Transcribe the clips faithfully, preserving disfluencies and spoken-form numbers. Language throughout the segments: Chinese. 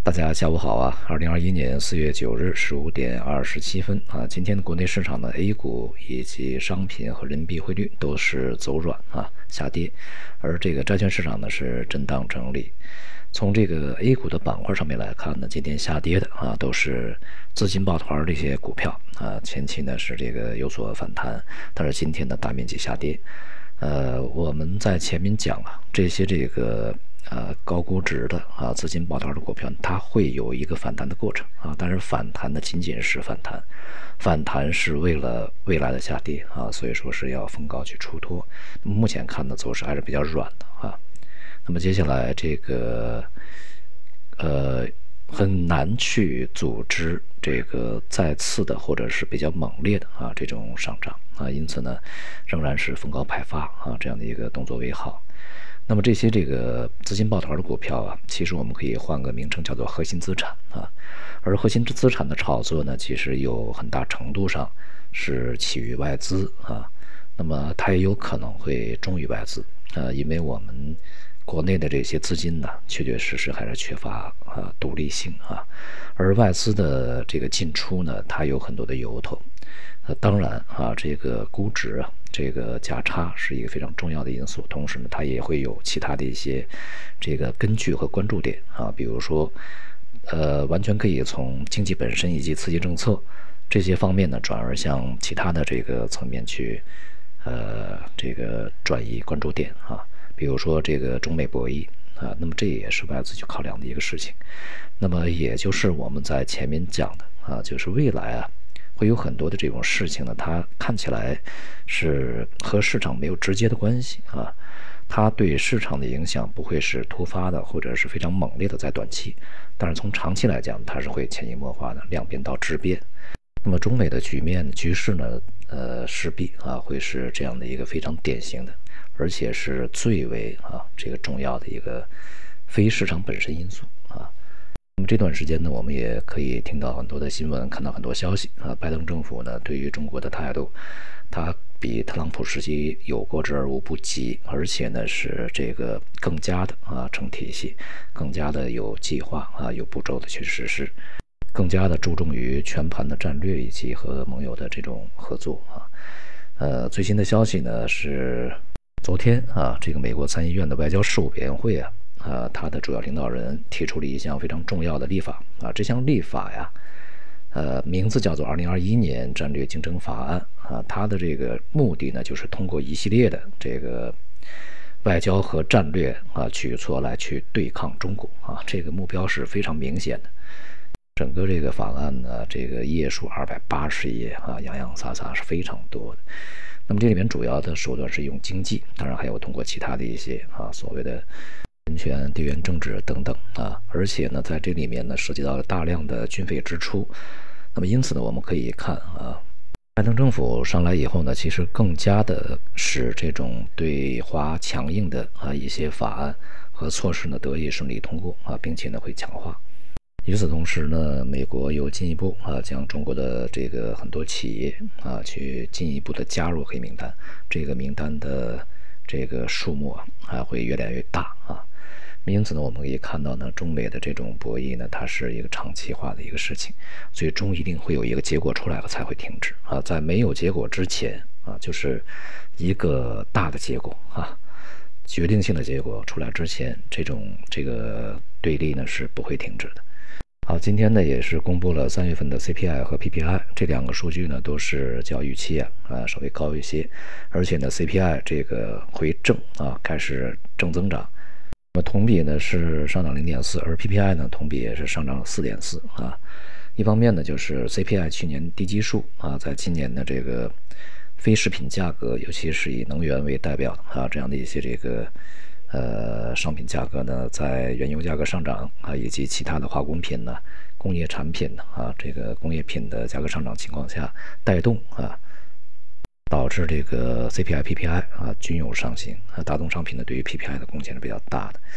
大家下午好啊！二零二一年四月九日十五点二十七分啊，今天的国内市场呢 ，A 股以及商品和人民币汇率都是走软啊，下跌，而这个债券市场呢是震荡整理。从这个 A 股的板块上面来看呢，今天下跌的啊都是资金抱团这些股票啊，前期呢是这个有所反弹，但是今天呢大面积下跌。呃，我们在前面讲了这些这个。呃，高估值的啊，资金抱团的股票，它会有一个反弹的过程啊，但是反弹呢仅仅是反弹，反弹是为了未来的下跌啊，所以说是要逢高去出脱。那么目前看的走势还是比较软的啊。那么接下来这个呃很难去组织这个再次的或者是比较猛烈的啊这种上涨啊，因此呢仍然是逢高派发啊这样的一个动作为好。那么这些这个资金抱团的股票啊，其实我们可以换个名称叫做核心资产啊。而核心资产的炒作呢，其实有很大程度上是起于外资啊。那么它也有可能会忠于外资啊，因为我们国内的这些资金呢，确确实实还是缺乏啊独立性啊。而外资的这个进出呢，它有很多的由头。呃，当然啊，这个估值啊，这个价差是一个非常重要的因素。同时呢，它也会有其他的一些这个根据和关注点啊，比如说，呃，完全可以从经济本身以及刺激政策这些方面呢，转而向其他的这个层面去，呃，这个转移关注点啊，比如说这个中美博弈啊，那么这也是外资去考量的一个事情。那么也就是我们在前面讲的啊，就是未来啊。会有很多的这种事情呢，它看起来是和市场没有直接的关系啊，它对市场的影响不会是突发的或者是非常猛烈的在短期，但是从长期来讲，它是会潜移默化的量变到质变。那么中美的局面局势呢，呃，势必啊会是这样的一个非常典型的，而且是最为啊这个重要的一个非市场本身因素啊。那么这段时间呢，我们也可以听到很多的新闻，看到很多消息啊。拜登政府呢，对于中国的态度，它比特朗普时期有过之而无不及，而且呢是这个更加的啊成体系，更加的有计划啊，有步骤的去实施，更加的注重于全盘的战略以及和盟友的这种合作啊。呃，最新的消息呢是昨天啊，这个美国参议院的外交事务委员会啊。啊，他的主要领导人提出了一项非常重要的立法啊，这项立法呀，呃，名字叫做《二零二一年战略竞争法案》啊，它的这个目的呢，就是通过一系列的这个外交和战略啊举措来去对抗中国啊，这个目标是非常明显的。整个这个法案呢，这个页数二百八十页啊，洋洋洒洒是非常多的。那么这里面主要的手段是用经济，当然还有通过其他的一些啊所谓的。人权、地缘政治等等啊，而且呢，在这里面呢，涉及到了大量的军费支出。那么，因此呢，我们可以看啊，拜登政府上来以后呢，其实更加的使这种对华强硬的啊一些法案和措施呢得以顺利通过啊，并且呢会强化。与此同时呢，美国又进一步啊将中国的这个很多企业啊去进一步的加入黑名单，这个名单的这个数目啊还会越来越大啊。因此呢，我们可以看到呢，中美的这种博弈呢，它是一个长期化的一个事情，最终一定会有一个结果出来了才会停止啊。在没有结果之前啊，就是一个大的结果啊，决定性的结果出来之前，这种这个对立呢是不会停止的。好，今天呢也是公布了三月份的 C P I 和 P P I 这两个数据呢，都是较预期啊啊稍微高一些，而且呢 C P I 这个回正啊，开始正增长。那么同比呢是上涨零点四，而 P P I 呢同比也是上涨了四点四啊。一方面呢就是 C P I 去年低基数啊，在今年的这个非食品价格，尤其是以能源为代表的啊这样的一些这个呃商品价格呢，在原油价格上涨啊，以及其他的化工品呢、工业产品呢啊这个工业品的价格上涨情况下，带动啊。导致这个 C P I、P P I 啊均有上行啊，大宗商品呢对于 P P I 的贡献是比较大的。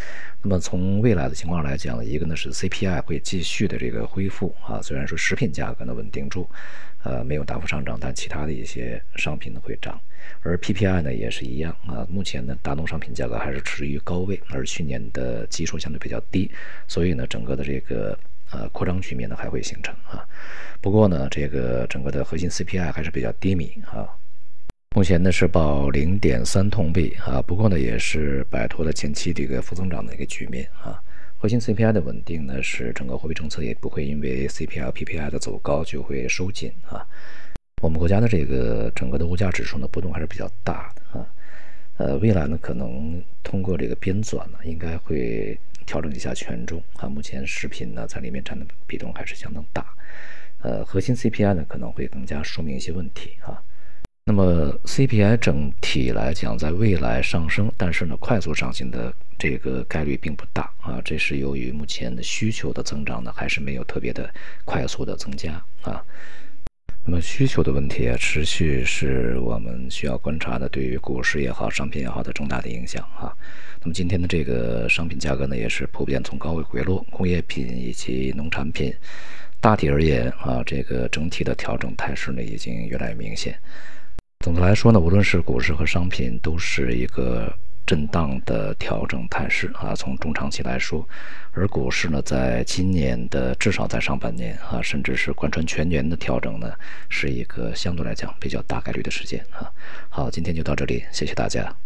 那么从未来的情况来讲，一个呢是 C P I 会继续的这个恢复啊，虽然说食品价格呢稳定住，呃没有大幅上涨，但其他的一些商品呢会涨。而 P P I 呢也是一样啊，目前呢大宗商品价格还是处于高位，而去年的基数相对比较低，所以呢整个的这个呃扩张局面呢还会形成啊。不过呢这个整个的核心 C P I 还是比较低迷啊。目前呢是报零点三同比啊，不过呢也是摆脱了前期这个负增长的一个局面啊。核心 C P I 的稳定呢，是整个货币政策也不会因为 C P I、P P I 的走高就会收紧啊。我们国家的这个整个的物价指数呢波动还是比较大的啊。呃，未来呢可能通过这个编纂呢，应该会调整一下权重啊。目前食品呢在里面占的比重还是相当大，呃，核心 C P I 呢可能会更加说明一些问题啊。那么 C P I 整体来讲，在未来上升，但是呢，快速上行的这个概率并不大啊。这是由于目前的需求的增长呢，还是没有特别的快速的增加啊。那么需求的问题啊，持续是我们需要观察的，对于股市也好，商品也好的重大的影响啊。那么今天的这个商品价格呢，也是普遍从高位回落，工业品以及农产品。大体而言啊，这个整体的调整态势呢，已经越来越明显。总的来说呢，无论是股市和商品，都是一个震荡的调整态势啊。从中长期来说，而股市呢，在今年的至少在上半年啊，甚至是贯穿全年的调整呢，是一个相对来讲比较大概率的事件啊。好，今天就到这里，谢谢大家。